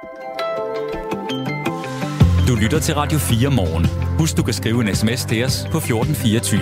Du lytter til Radio 4 morgen. Husk, du kan skrive en sms til os på 1424.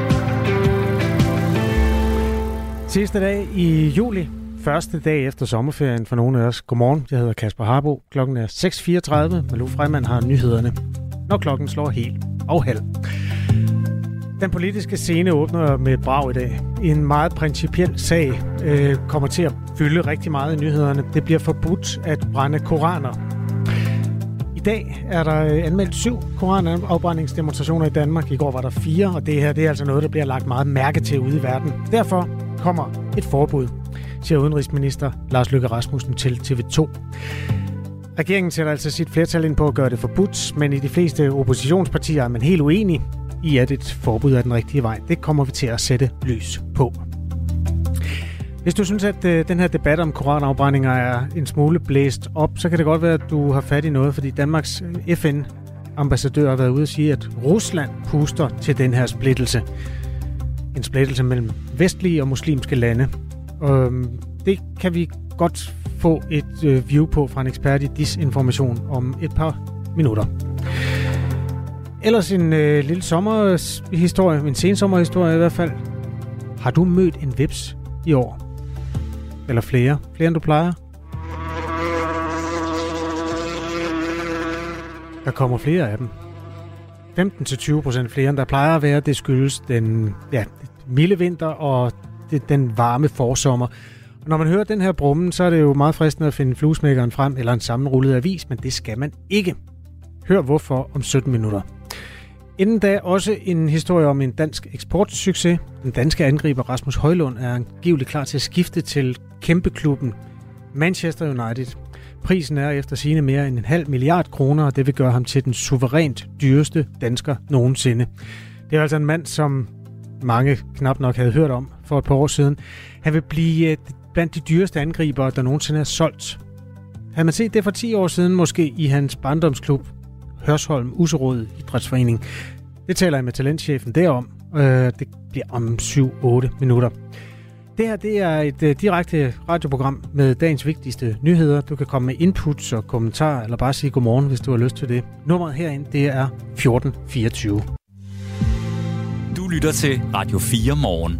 Sidste dag i juli. Første dag efter sommerferien for nogle af os. Godmorgen, jeg hedder Kasper Harbo. Klokken er 6.34. Malou Freymann har nyhederne, når klokken slår helt og halv. Den politiske scene åbner med et brag i dag. En meget principiel sag kommer til at fylde rigtig meget i nyhederne. Det bliver forbudt at brænde koraner. I dag er der anmeldt 7 koranafbrændingsdemonstrationer i Danmark. I går var der 4, og det her det er altså noget, der bliver lagt meget mærke til ude i verden. Derfor kommer et forbud, siger udenrigsminister Lars Løkke Rasmussen til TV2. Regeringen sætter altså sit flertal ind på at gøre det forbudt, men i de fleste oppositionspartier er man helt uenig i, at et forbud er den rigtige vej. Det kommer vi til at sætte lys på. Hvis du synes, at den her debat om koranafbrændinger er en smule blæst op, så kan det godt være, at du har fat i noget, fordi Danmarks FN-ambassadør har været ude at sige, at Rusland puster til den her splittelse. En splittelse mellem vestlige og muslimske lande. Det kan vi godt få et view på fra en ekspert i disinformation om et par minutter. Ellers en lille sommerhistorie, en sensommerhistorie i hvert fald. Har du mødt en hveps i år? Eller flere? Flere end du plejer? Der kommer flere af dem. 15-20% flere end der plejer at være. Det skyldes den milde vinter og den varme forsommer. Og når man hører den her brummen, så er det jo meget fristende at finde fluesmækkeren frem eller en sammenrullet avis, men det skal man ikke. Hør hvorfor om 17 minutter. Inden da også en historie om en dansk eksportsucces. Den danske angriber Rasmus Højlund er angiveligt klar til at skifte til kæmpeklubben Manchester United. Prisen er efter sigende mere end 0,5 milliard kroner, og det vil gøre ham til den suverænt dyreste dansker nogensinde. Det er altså en mand, som mange knap nok havde hørt om for et par år siden. Han vil blive blandt de dyreste angribere, der nogensinde er solgt. Havde man set det for 10 år siden, måske i hans barndomsklub Hørsholm Userød Idrætsforening. Det taler jeg med talentchefen derom. Det bliver om 7-8 minutter. Det her det er et direkte radioprogram med dagens vigtigste nyheder. Du kan komme med inputs og kommentarer, eller bare sige godmorgen, hvis du har lyst til det. Nummeret herinde, det er 1424. Du lytter til Radio 4 morgen.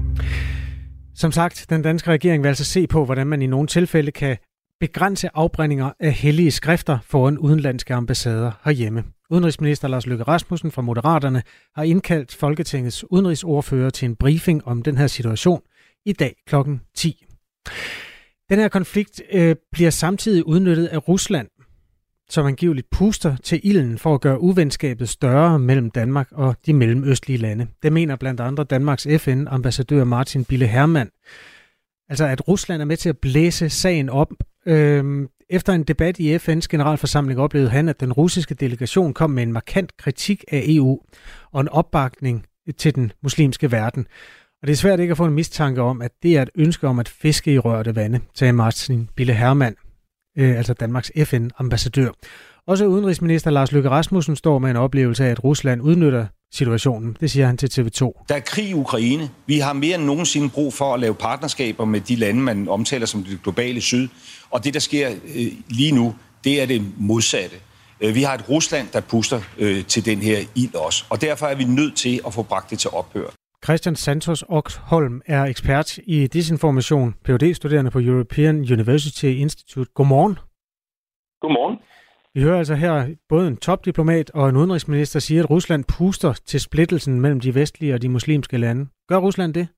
Som sagt, den danske regering vil altså se på, hvordan man i nogle tilfælde kan begrænse afbrændinger af hellige skrifter foran udenlandske ambassader herhjemme. Udenrigsminister Lars Løkke Rasmussen fra Moderaterne har indkaldt Folketingets udenrigsordfører til en briefing om den her situation i dag kl. 10. Den her konflikt bliver samtidig udnyttet af Rusland, som angiveligt puster til ilden for at gøre uvenskabet større mellem Danmark og de mellemøstlige lande. Det mener blandt andre Danmarks FN-ambassadør Martin Bille Hermann. Altså at Rusland er med til at blæse sagen op. Efter en debat i FN's generalforsamling oplevede han, at den russiske delegation kom med en markant kritik af EU og en opbakning til den muslimske verden. Og det er svært ikke at få en mistanke om, at det er et ønske om at fiske i rørte vande, sagde Martin Bille Hermann, altså Danmarks FN-ambassadør. Også udenrigsminister Lars Løkke Rasmussen står med en oplevelse af, at Rusland udnytter situationen. Det siger han til TV2. Der er krig i Ukraine. Vi har mere end nogensinde brug for at lave partnerskaber med de lande, man omtaler som det globale syd. Og det, der sker lige nu, det er det modsatte. Vi har et Rusland, der puster til den her ild også. Og derfor er vi nødt til at få bragt det til ophør. Christian Santos Oxholm er ekspert i disinformation, Ph.D.-studerende på European University Institute. Godmorgen. Godmorgen. Vi hører altså her både en topdiplomat og en udenrigsminister sige, at Rusland puster til splittelsen mellem de vestlige og de muslimske lande. Gør Rusland det?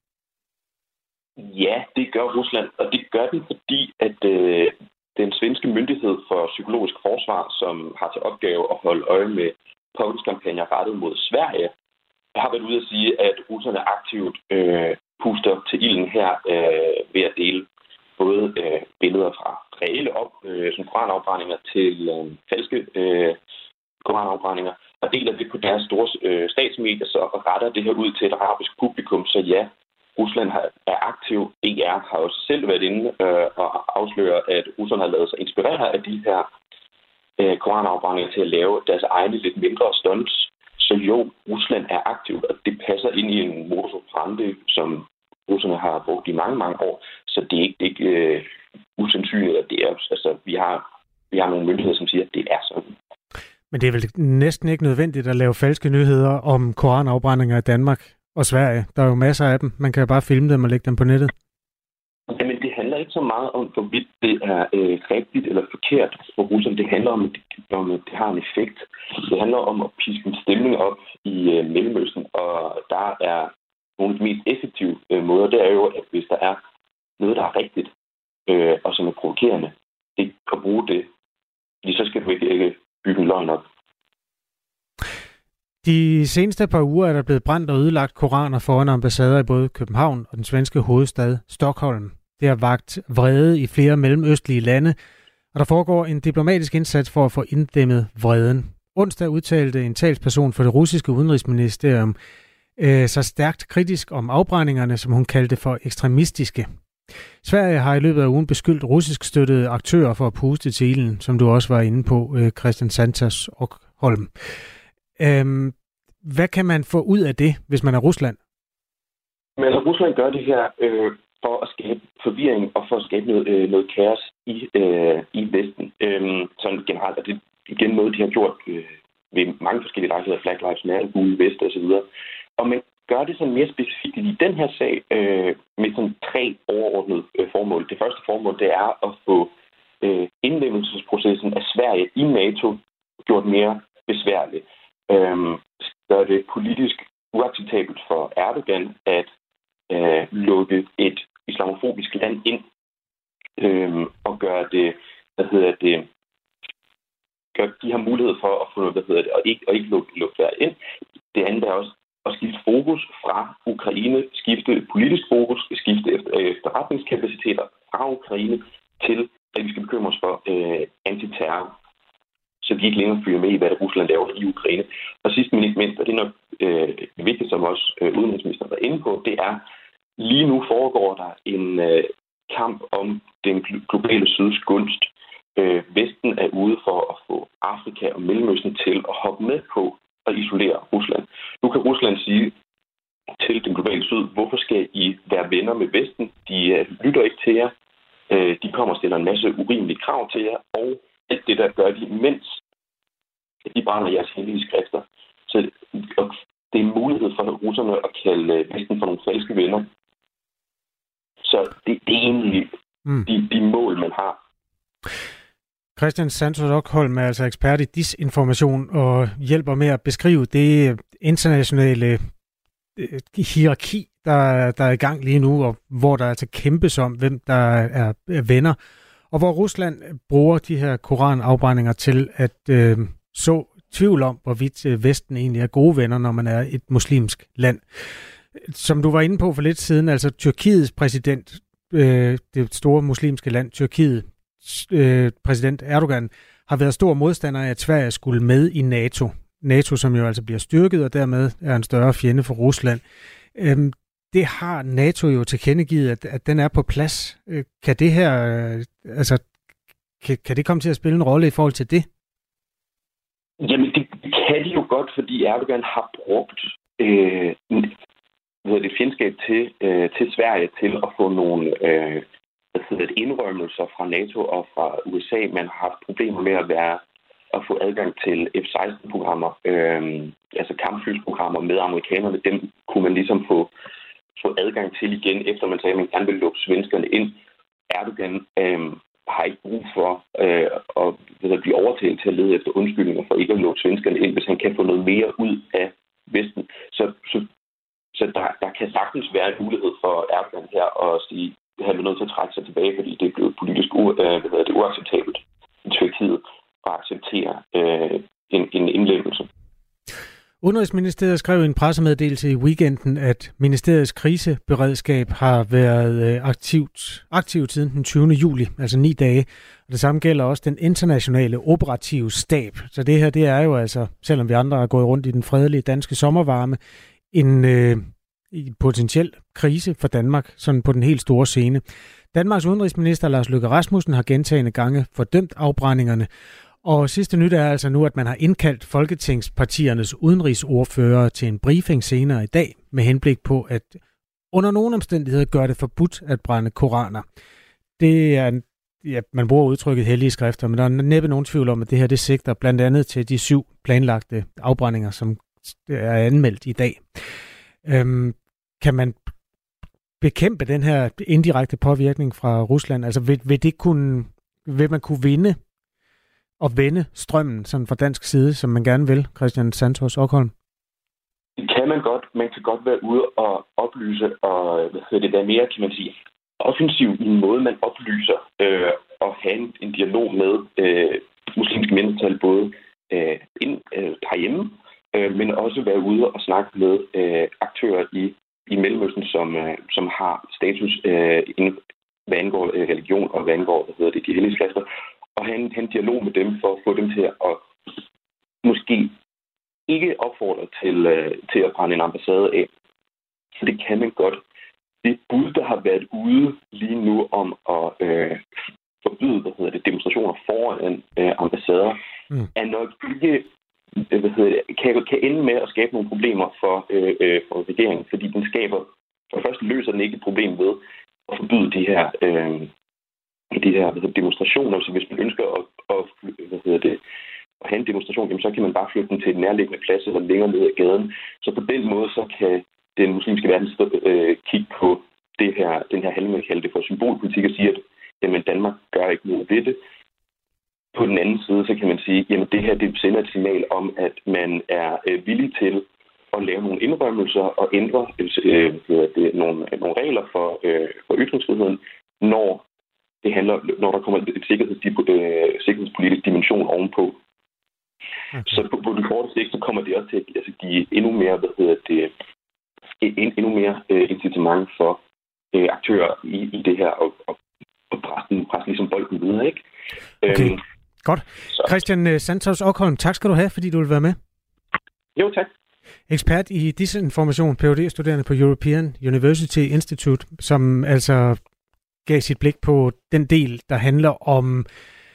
Ja, det gør Rusland, og det gør den, fordi at den svenske myndighed for psykologisk forsvar, som har til opgave at holde øje med påvirkningskampagner rettet mod Sverige, har været ude at sige, at russerne aktivt puster til ilden her ved at dele både billeder fra reelle som koranafbrændinger til falske koranafbrændinger, og deler det på deres store statsmedier, så retter det her ud til et arabisk publikum. Så ja, Rusland er aktiv. DR har også selv været inde og afslører, at russerne har lavet sig inspirere af de her koranafbrændinger til at lave deres egne lidt mindre stunts. Så jo, Rusland er aktiv, og det passer ind i en modus operandi, som russerne har brugt i mange, mange år. Så det er ikke usandsynligt, at det er, altså, vi har vi har nogle myndigheder, som siger, at det er sådan. Men det er vel næsten ikke nødvendigt at lave falske nyheder om koranafbrændinger i Danmark og Sverige. Der er jo masser af dem. Man kan jo bare filme dem og lægge dem på nettet. Jamen, det handler ikke så meget om, hvorvidt det er rigtigt eller forkert for Rusland. Det handler om, at det har en effekt. Det handler om at piske en stemning op i Mellemøsten, og der er nogle af de mest effektive måder. Det er jo, at hvis der er noget, der er rigtigt, og som er provokerende, det kan bruge det. Fordi så skal du ikke bygge en løgn op. De seneste par uger er der blevet brændt og ødelagt koraner foran ambassader i både København og den svenske hovedstad Stockholm. Det har vakt vrede i flere mellemøstlige lande, og der foregår en diplomatisk indsats for at få inddæmmet vreden. Onsdag udtalte en talsperson for det russiske udenrigsministerium så stærkt kritisk om afbrændingerne, som hun kaldte for ekstremistiske. Sverige har i løbet af ugen beskyldt russisk støttede aktører for at puste til ilden, som du også var inde på, Christian Santos og Holm. Hvad kan man få ud af det, hvis man er Rusland? Men altså, Rusland gør det her for at skabe forvirring og for at skabe noget kaos i Vesten. Sådan generelt er det igen noget, de har gjort ved mange forskellige lejligheder, Flag Lives Matter, Gule Vest osv. Og man gør det sådan mere specifikt i den her sag med sådan 3 overordnede formål. Det første formål, det er at få indlemmelsesprocessen af Sverige i NATO gjort mere besværlig. Gør det politisk uacceptabelt for Erdogan at lukke et islamofobisk land ind og gøre det, de har mulighed for at få noget, og ikke lukke der ind. Det andet er også at skifte fokus fra Ukraine, skifte politisk fokus, skifte efterretningskapaciteter fra Ukraine til, at vi skal bekymre os for antiterror, så de ikke længere følger med i, hvad Rusland laver i Ukraine. Og sidst men ikke mindst, og det er nok vigtigt, som også udenrigsministeren var inde på, det er, lige nu foregår der en kamp om den globale syds gunst. Vesten er ude for at få Afrika og Mellemøsten til at hoppe med på at isolere Rusland. Nu kan Rusland sige til den globale syd, hvorfor skal I være venner med Vesten? De lytter ikke til jer. De kommer og stiller en masse urimelige krav til jer, og alt det, der gør de, mens de brænder jeres hellige skrifter. Så det er en mulighed for russerne at kalde Vesten for nogle falske venner. Så det er egentlig de mål, man har. Christian Santos Okholm er altså ekspert i disinformation og hjælper med at beskrive det internationale hierarki, der er i gang lige nu, og hvor der altså kæmpes om, hvem der er venner, og hvor Rusland bruger de her koranafbrændinger til at så tvivl om, hvorvidt Vesten egentlig er gode venner, når man er et muslimsk land. Som du var inde på for lidt siden, altså Tyrkiets præsident, det store muslimske land, Tyrkiet, præsident Erdogan, har været stor modstander af, at Sverige skulle med i NATO. NATO, som jo altså bliver styrket, og dermed er en større fjende for Rusland. Det har NATO jo tilkendegivet, at den er på plads. Kan det her, kan det komme til at spille en rolle i forhold til det? Jamen, det kan de jo godt, fordi Erdogan har brugt fjendskab til Sverige til at få nogle indrømmelser fra NATO og fra USA. Man har haft problemer med at få adgang til F-16-programmer, altså kampflysprogrammer med amerikanerne. Dem kunne man ligesom få adgang til igen, efter man sagde, at man gerne vil lukke svenskerne ind. Erdogan har ikke brug for at blive overtalt til at lede efter undskyldninger for ikke at lukke svenskerne ind, hvis han kan få noget mere ud af Vesten. Så der kan sagtens være en mulighed for Erdogan her at sige, at han er nødt til at trække sig tilbage, fordi det er blevet politisk uacceptabelt i Tyrkiet at acceptere en indlemmelse. Udenrigsministeriet skrev i en pressemeddelelse i weekenden, at ministeriets kriseberedskab har været aktivt siden den 20. juli, altså 9 dage. Og det samme gælder også den internationale operative stab. Så det her, det er jo altså, selvom vi andre har gået rundt i den fredelige danske sommervarme, en potentiel krise for Danmark, sådan på den helt store scene. Danmarks udenrigsminister Lars Løkke Rasmussen har gentagne gange fordømt afbrændingerne. Og sidste nyt er altså nu, at man har indkaldt folketingspartiernes udenrigsordførere til en briefing senere i dag, med henblik på at under nogle omstændigheder gøre det forbudt at brænde koraner. Det man bruger udtrykket hellige skrifter, men der er næppe nogen tvivl om, at det her det sigter blandt andet til de 7 planlagte afbrændinger, som er anmeldt i dag. Kan man bekæmpe den her indirekte påvirkning fra Rusland? Altså vil man kunne vinde og vende strømmen sådan fra dansk side, som man gerne vil, Christian Santos Okholm? Det kan man godt. Man kan godt være ude og oplyse, og det der mere, kan man sige, offensiv i en måde, man oplyser og have en dialog med muslimske mindretal, både herhjemme, men også være ude og snakke med aktører i Mellemøsten, som har status hvad angår religion og hvad angår de hellige skrifter, og have en dialog med dem for at få dem til at måske ikke opfordre til at brænde en ambassade af. Så det kan man godt. Det bud, der har været ude lige nu om at forbyde demonstrationer foran ambassader, er nok ikke kan ende med at skabe nogle problemer for regeringen, fordi den skaber, for det første løser den ikke et problem ved at forbyde de her demonstrationer. Så hvis man ønsker at have en demonstration, jamen, så kan man bare flytte den til et nærliggende plads eller længere ned ad gaden. Så på den måde, så kan den muslimske verden kigge på den her handling, kalde det for symbolpolitik, og sige, at jamen, Danmark gør ikke noget ved det. På den anden side, så kan man sige, at det her det sender et signal om, at man er villig til at lave nogle indrømmelser og ændre nogle regler for ytringsfriheden, når der kommer et sikkerhedspolitisk dimension ovenpå. Okay. Så på den korte sigt, så kommer det også til at give endnu mere, incitament for aktører i det her og presse ligesom bolden videre, ikke? Okay. Godt. Så. Christian Santos Okholm, tak skal du have, fordi du vil være med. Jo, tak. Ekspert i disinformation, Ph.D.-studerende på European University Institute, som altså gav sit blik på den del, der handler om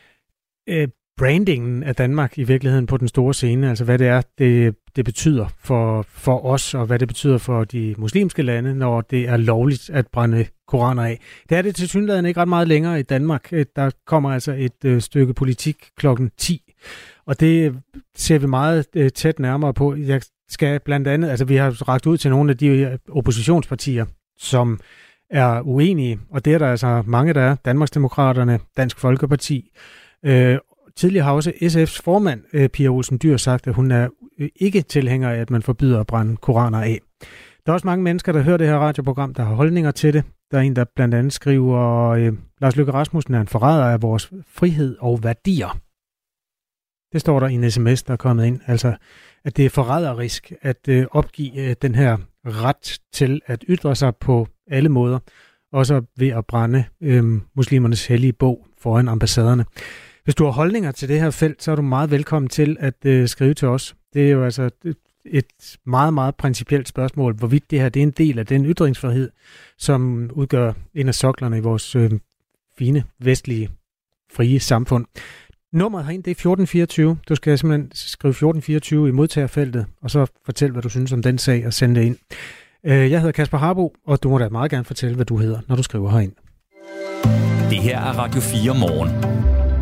brandingen af Danmark i virkeligheden på den store scene, altså hvad det er, det betyder for os, og hvad det betyder for de muslimske lande, når det er lovligt at brænde koraner af. Det er det tilsyneladende ikke ret meget længere i Danmark. Der kommer altså et stykke politik klokken 10, og det ser vi meget tæt nærmere på. Jeg skal blandt andet, altså vi har rakt ud til nogle af de oppositionspartier, som er uenige, og det er der altså mange, der er. Danmarksdemokraterne, Dansk Folkeparti. Tidligere har også SF's formand, Pia Olsen Dyhr, sagt, at hun er ikke tilhænger af, at man forbyder at brænde koraner af. Der er også mange mennesker, der hører det her radioprogram, der har holdninger til det. Der er en, der blandt andet skriver, Lars Løkke Rasmussen er en forræder af vores frihed og værdier. Det står der i en sms, der er kommet ind. Altså, at det er forræderisk at opgive den her ret til at ytre sig på alle måder. Også ved at brænde muslimernes hellige bog foran ambassaderne. Hvis du har holdninger til det her felt, så er du meget velkommen til at skrive til os. Det er jo altså et meget, meget principielt spørgsmål, hvorvidt det her det er en del af den ytringsfrihed, som udgør en af soklerne i vores fine, vestlige, frie samfund. Nummeret herind, det er 1424. Du skal simpelthen skrive 1424 i modtagerfeltet, og så fortæl, hvad du synes om den sag, og sende det ind. Jeg hedder Kasper Harbo, og du må da meget gerne fortælle, hvad du hedder, når du skriver herind. Det her er Radio 4 morgen.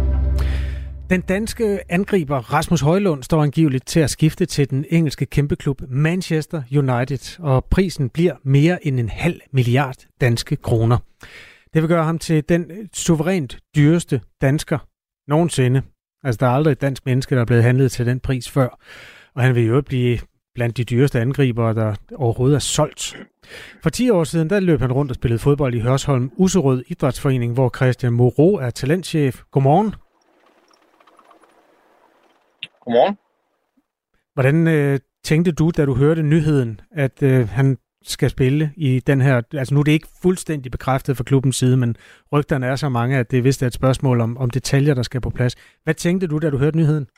Den danske angriber Rasmus Højlund står angiveligt til at skifte til den engelske kæmpeklub Manchester United, og prisen bliver mere end 0,5 milliard danske kroner. Det vil gøre ham til den suverænt dyreste dansker nogensinde. Altså, der er aldrig et dansk menneske, der er blevet handlet til den pris før, og han vil jo blive blandt de dyreste angribere, der overhovedet er solgt. For 10 år siden, der løb han rundt og spillede fodbold i Hørsholm Usserød Idrætsforening, hvor Christian Moreau er talentchef. Godmorgen. Godmorgen. Hvordan tænkte du, da du hørte nyheden, at han skal spille i den her... Altså nu er det ikke fuldstændig bekræftet fra klubbens side, men rygterne er så mange, at det vist er et spørgsmål om detaljer, der skal på plads. Hvad tænkte du, da du hørte nyheden?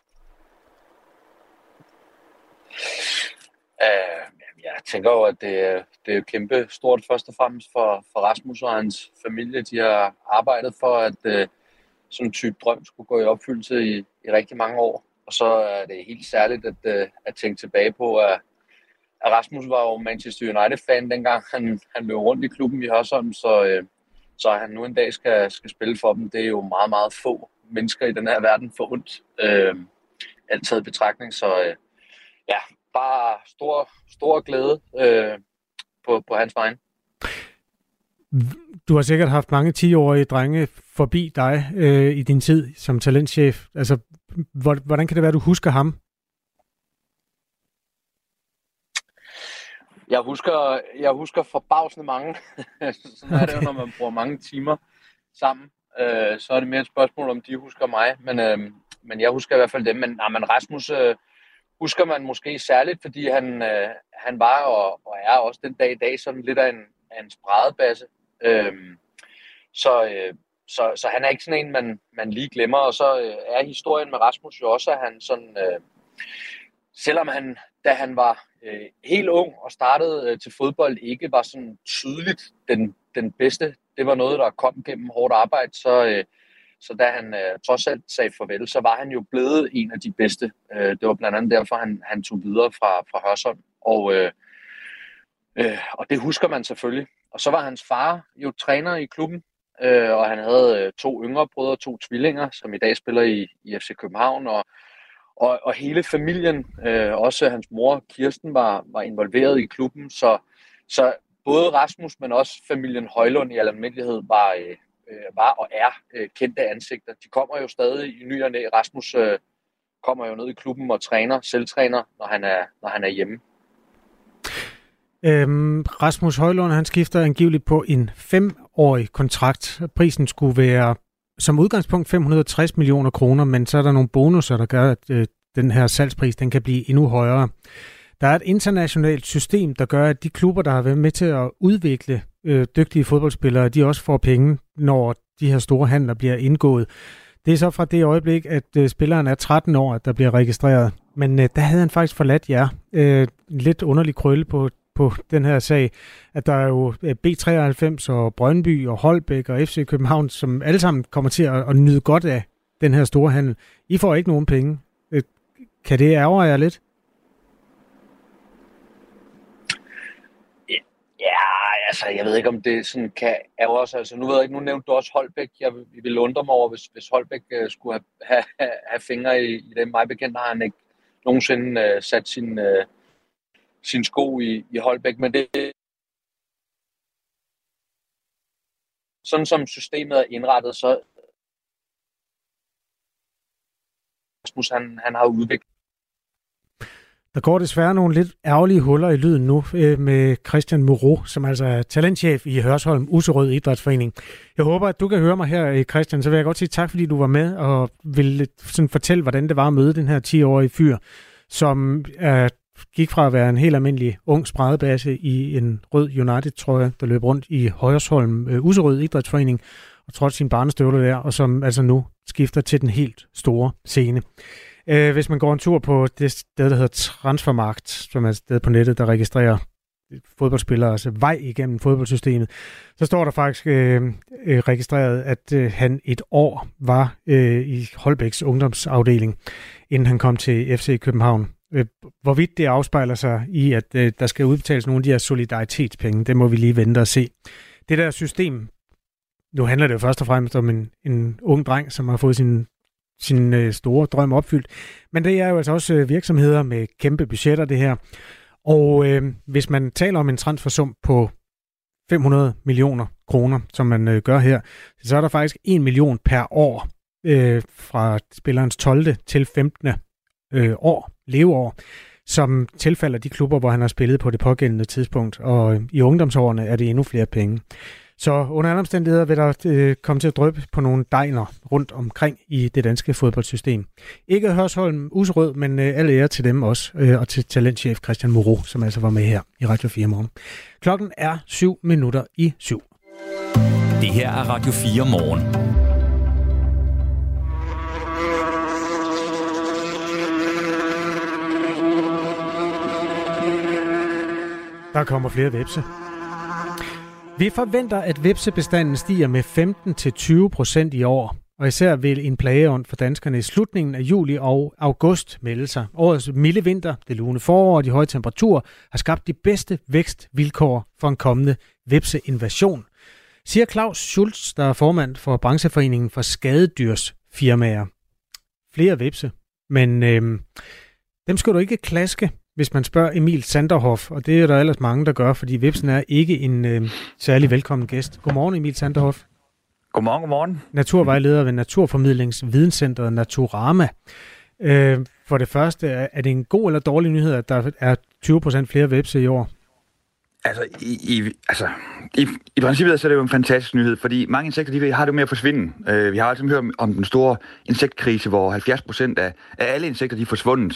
Jeg tænker jo, at det er kæmpe stort først og fremmest for Rasmus og hans familie. De har arbejdet for, at sådan en type drøm skulle gå i opfyldelse i rigtig mange år. Og så er det helt særligt at tænke tilbage på, at Rasmus var jo Manchester United-fan, dengang han løb rundt i klubben i Hørsholm. Så Så at han nu en dag skal spille for dem, det er jo meget, meget få mennesker i den her verden forundt. Alt taget i betragtning, så bare stor glæde på hans vegne. Du har sikkert haft mange 10-årige drenge forbi dig i din tid som talentchef. Altså, hvordan kan det være, du husker ham? Jeg husker forbavsende mange. Sådan er det jo, når man bruger mange timer sammen. Så er det mere et spørgsmål, om de husker mig. Men jeg husker i hvert fald dem. Men Rasmus husker man måske særligt, fordi han var og er også den dag i dag sådan lidt af en spradebasse. Så han er ikke sådan en, man lige glemmer. Og så er historien med Rasmus jo også, at han sådan... Selvom da han var helt ung og startede til fodbold, ikke var sådan tydeligt den bedste. Det var noget, der kom gennem hårdt arbejde. Så da han trods alt sagde farvel, så var han jo blevet en af de bedste. Det var blandt andet derfor, han tog videre fra Hørsholm. Og det husker man selvfølgelig. Og så var hans far jo træner i klubben, og han havde 2 yngre brødre, 2 tvillinger, som i dag spiller i FC København. Og hele familien, også hans mor Kirsten, var involveret i klubben. Så både Rasmus, men også familien Højlund i almindelighed var og er kendte ansigter. De kommer jo stadig i ny og næ. Rasmus kommer jo ned i klubben og selvtræner, når han er hjemme. Rasmus Højlund, han skifter angiveligt på en 5-årig kontrakt. Prisen skulle være som udgangspunkt 560 millioner kroner, men så er der nogle bonusser, der gør, at den her salgspris den kan blive endnu højere. Der er et internationalt system, der gør, at de klubber, der har været med til at udvikle dygtige fodboldspillere, de også får penge, når de her store handler bliver indgået. Det er så fra det øjeblik, at spilleren er 13 år, at der bliver registreret. Men der havde han faktisk forladt jer. Lidt underlig krølle på den her sag, at der er jo B93 og Brøndby og Holbæk og FC København, som alle sammen kommer til at nyde godt af den her store handel. I får ikke nogen penge. Kan det ærge jer lidt? Ja, altså jeg ved ikke, om det sådan kan ærge os. Altså nu ved jeg ikke, nu nævnte du også Holbæk. Jeg ville undre mig over, hvis Holbæk skulle have fingre i det. Mig bekendt har han ikke nogensinde sat sin sko i Holbæk, men det sådan som systemet er indrettet, så Rasmus han har udviklet. Der går desværre nogle lidt ærgerlige huller i lyden nu med Christian Moreau, som altså er talentchef i Hørsholm Userød Idrætsforening. Jeg håber, at du kan høre mig her, Christian, så vil jeg godt sige tak, fordi du var med og ville sådan fortælle, hvordan det var at møde den her 10-årige fyr, som gik fra at være en helt almindelig ung spradebasse i en rød United-trøje, der løb rundt i Hørsholm Userød Idrætsforening og trådte sine barnestøvler der, og som altså nu skifter til den helt store scene. Hvis man går en tur på det sted, der hedder Transfermarkt, som er et sted på nettet, der registrerer fodboldspillere, altså vej igennem fodboldsystemet, så står der faktisk registreret, at han et år var i Holbæks ungdomsafdeling, inden han kom til FC København. Hvorvidt det afspejler sig i, at der skal udbetales nogle af de her solidaritetspenge, det må vi lige vente og se. Det der system, nu handler det jo først og fremmest om en ung dreng, som har fået sin store drøm opfyldt. Men det er jo altså også virksomheder med kæmpe budgetter, det her. Og hvis man taler om en transfersum på 500 millioner kroner, som man gør her, så er der faktisk 1 million per år fra spillerens 12. til 15. leveår, som tilfalder de klubber, hvor han har spillet på det pågældende tidspunkt. Og i ungdomsårene er det endnu flere penge. Så under alle omstændigheder vil der komme til at dryppe på nogle degner rundt omkring i det danske fodboldsystem. Ikke Hørsholm Userød, men alle ære til dem også, og til talentchef Christian Moreau, som altså var med her i Radio 4 morgen. Klokken er 7:07. Det her er Radio 4 morgen. Der kommer flere hvepse. Vi forventer, at hvepsebestanden stiger med 15-20% i år, og især vil en plageånd for danskerne i slutningen af juli og august melde sig. Årets milde vinter, det lune forår og de høje temperaturer har skabt de bedste vækstvilkår for en kommende hvepseinvasion, Siger Claus Schultz, der er formand for brancheforeningen for skadedyrsfirmaer. Flere hvepse, men dem skal du ikke klaske, hvis man spørger Emil Sanderhoff, og det er der ellers mange, der gør, fordi hvepsen er ikke en særlig velkommen gæst. Godmorgen, Emil Sanderhoff. Godmorgen. Naturvejleder ved Naturformidlingsvidenscenteret Naturama. For det første, er det en god eller dårlig nyhed, at der er 20% flere hvepse i år? I princippet så er det jo en fantastisk nyhed, fordi mange insekter de har det med at forsvinde. Vi har altid hørt om den store insektkrise, hvor 70% af alle insekter de er forsvundet.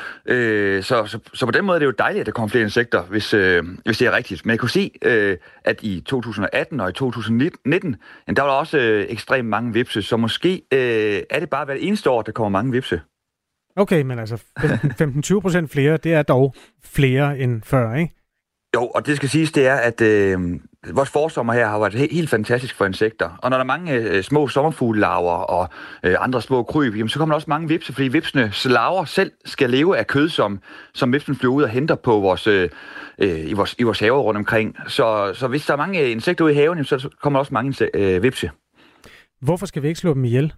Så på den måde er det jo dejligt, at der kommer flere insekter, hvis det er rigtigt. Men jeg kunne se, at i 2018 og i 2019, der var der også ekstremt mange hvepse, så måske er det bare hvert eneste år, der kommer mange hvepse. Okay, men altså 15-20% flere, det er dog flere end før, ikke? Jo, og det skal siges, det er, at vores forsommer her har været helt fantastisk for insekter. Og når der er mange små sommerfuglelarver og andre små kryb, jamen, så kommer der også mange hvepse, fordi hvepsenes larver selv skal leve af kød, som hvepsen flyver ud og henter på i vores haver rundt omkring. Så hvis der er mange insekter ude i haven, så kommer der også mange hvepse. Hvorfor skal vi ikke slå dem ihjel?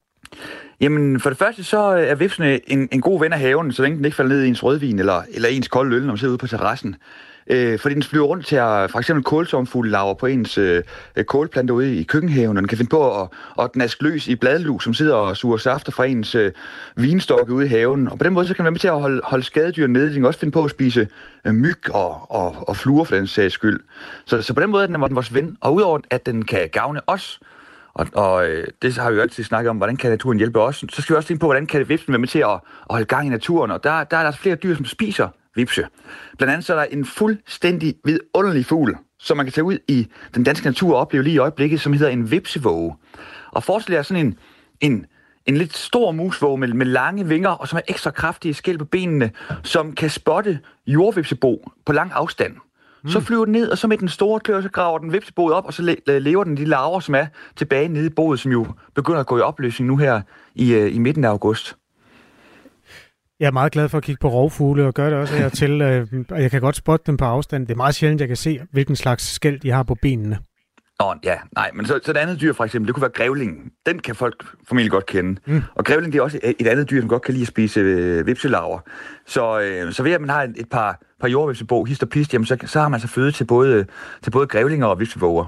Jamen, for det første så er hvepsene en god ven af haven, så længe den ikke falder ned i ens rødvin eller ens kolde øl, når man sidder ude på terrassen. Fordi den flyver rundt til for eksempel kålsomfuglelarver på ens kålplanter ude i køkkenhaven, og den kan finde på at gnaske løs i bladlus, som sidder og suger safter fra ens vinstokke ude i haven. Og på den måde så kan den være med til at holde skadedyr nede. Den kan også finde på at spise myg og fluer for den sags skyld. Så på den måde er den vores ven, og udover at den kan gavne os, og det har vi jo altid snakket om, hvordan kan naturen hjælpe os, så skal vi også tænke på, hvordan kan hvepsen være med til at holde gang i naturen, og der er der flere dyr, som spiser hvepse. Blandt andet så er der en fuldstændig vidunderlig fugl, som man kan tage ud i den danske natur og opleve lige i øjeblikket, som hedder en hvepsevåge. Og forestil jer sådan en lidt stor musvåge med lange vinger, og som er ekstra kraftige skæl på benene, som kan spotte jordhvepsebo på lang afstand. Så flyver den ned, og så med den store klør, så graver den hvepseboet op, og så lever den de larver, som er tilbage nede i boet, som jo begynder at gå i opløsning nu her i midten af august. Jeg er meget glad for at kigge på rovfugle, og gør det også hertil. Og jeg kan godt spotte dem på afstand. Det er meget sjældent, jeg kan se, hvilken slags skæl de har på benene. Men så et andet dyr for eksempel, det kunne være grævlingen. Den kan folk formentlig godt kende. Og grævling det er også et andet dyr, som godt kan lide at spise hvepselarver. Så ved at man har et par jordhvepsebo, hist og pist, jamen så har man så føde til både grævlinger og hvepsevåger.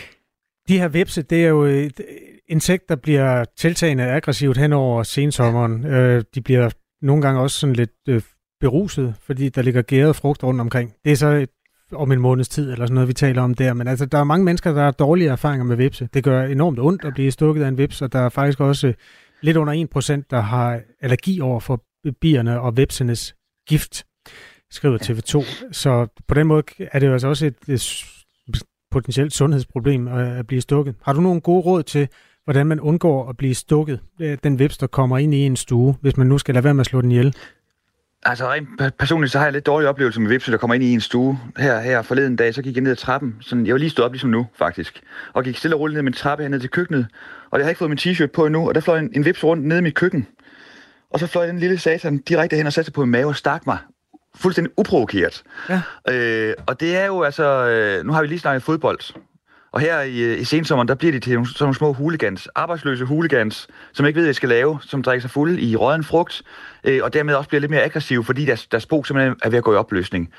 De her hvepse, det er jo et insekt, der bliver tiltagende aggressivt hen over sensommeren. De bliver nogle gange også sådan lidt beruset, fordi der ligger gærede frugt rundt omkring. Det er så om en måneds tid, eller sådan noget, vi taler om der. Men altså, der er mange mennesker, der har dårlige erfaringer med hvepse. Det gør enormt ondt at blive stukket af en hveps, og der er faktisk også lidt under 1%, der har allergi over for bierne og hvepsenes gift, skriver TV2. Så på den måde er det jo altså også et potentielt sundhedsproblem at blive stukket. Har du nogle gode råd til, hvordan man undgår at blive stukket, den hveps, der kommer ind i en stue, hvis man nu skal lade være med at slå den ihjel? Altså rent personligt, så har jeg lidt dårlige oplevelser med hvepse, der kommer ind i en stue. Her forleden dag, så gik jeg ned ad trappen. Sådan, jeg var lige stået op ligesom nu, faktisk. Og gik stille og roligt ned med en trappe herned til køkkenet. Og jeg havde ikke fået min t-shirt på endnu, og der fløj en hveps rundt nede i mit køkken. Og så fløj den lille satan direkte hen og satte sig på min mave og stak mig. Fuldstændig uprovokeret. Ja. Og det er jo altså... Nu har vi lige snakket fodbold. Og her i sensommeren, der bliver de til sådan nogle små hooligans, arbejdsløse hooligans, som ikke ved, hvad de skal lave, som drikker sig fulde i rådden frugt, og dermed også bliver lidt mere aggressive, fordi deres bo simpelthen er ved at gå i opløsning.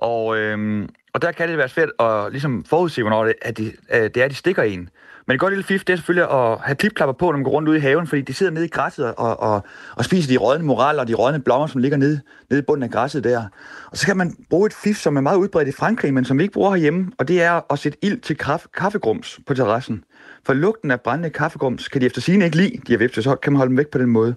Og der kan det være svært at ligesom forudse, hvornår det er, de stikker en. Men et godt lille fif, det er selvfølgelig at have klipklapper på, når man går rundt ude i haven, fordi de sidder nede i græsset og spiser de rådne moraler og de rådne blommer, som ligger nede i bunden af græsset der. Og så kan man bruge et fif, som er meget udbredt i Frankrig, men som vi ikke bruger herhjemme, og det er at sætte ild til kaffegrums på terrassen. For lugten af brændende kaffegrums kan de efter sigende ikke lide, de her hvepse, så kan man holde dem væk på den måde.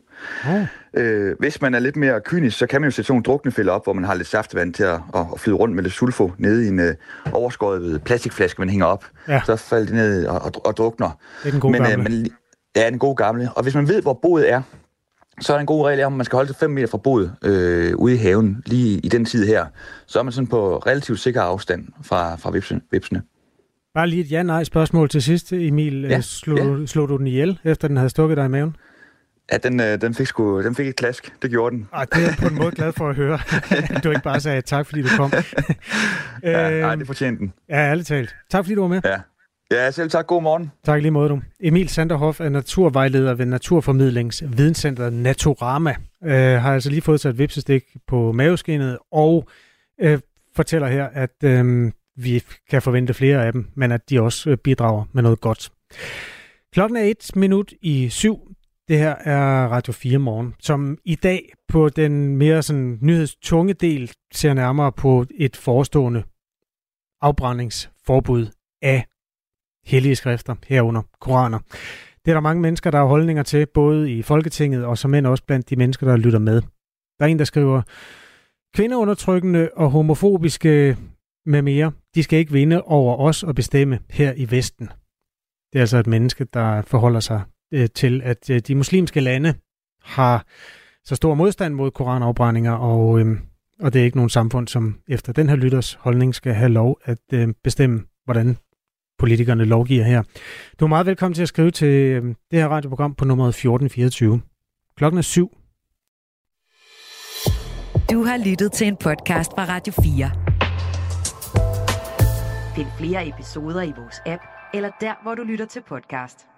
Hvis man er lidt mere kynisk, så kan man jo sætte sådan nogle druknefælder op, hvor man har lidt saftevand til at flyde rundt med lidt sulfo nede i en overskåret plastikflaske, man hænger op. Ja. Så falder de ned og drukner. Det er den gode gamle. Ja, den gode gamle. Og hvis man ved, hvor boet er, så er der en god regel om, at man skal holde sig 5 meter fra boet ude i haven, lige i den tid her. Så er man sådan på relativt sikker afstand fra hvepsene. Bare lige et ja-nej-spørgsmål til sidst, Emil. Ja. Slog du den ihjel, efter den havde stukket dig i maven? Ja, den fik et klask. Det gjorde den. Det er jeg på en måde glad for at høre. Du ikke bare sagde tak, fordi du kom. Nej, det fortjente den. Ja, ærligt talt. Tak, fordi du var med. Ja, Ja, selv tak. God morgen. Tak lige måde, du. Emil Sanderhoff er naturvejleder ved Naturformidlings videnscenter Naturama. Har altså lige fået sig et vipsestik på maveskinnet og fortæller her, at vi kan forvente flere af dem, men at de også bidrager med noget godt. Klokken er 7:01. Det her er Radio 4 Morgen, som i dag på den mere sådan nyhedstunge del ser nærmere på et forestående afbrændingsforbud af hellige skrifter, herunder koraner. Det er der mange mennesker, der har holdninger til, både i Folketinget og som end også blandt de mennesker, der lytter med. Der er en, der skriver, kvindeundertrykkende og homofobiske med mere, de skal ikke vinde over os og bestemme her i Vesten. Det er altså et menneske, der forholder sig til, at de muslimske lande har så stor modstand mod koranafbrændinger, og det er ikke nogen samfund, som efter den her lytters holdning skal have lov at bestemme, hvordan politikerne lovgiver her. Du er meget velkommen til at skrive til det her radioprogram på nummeret 1424. Klokken er 7. Du har lyttet til en podcast fra Radio 4. Find flere episoder i vores app, eller der, hvor du lytter til podcast.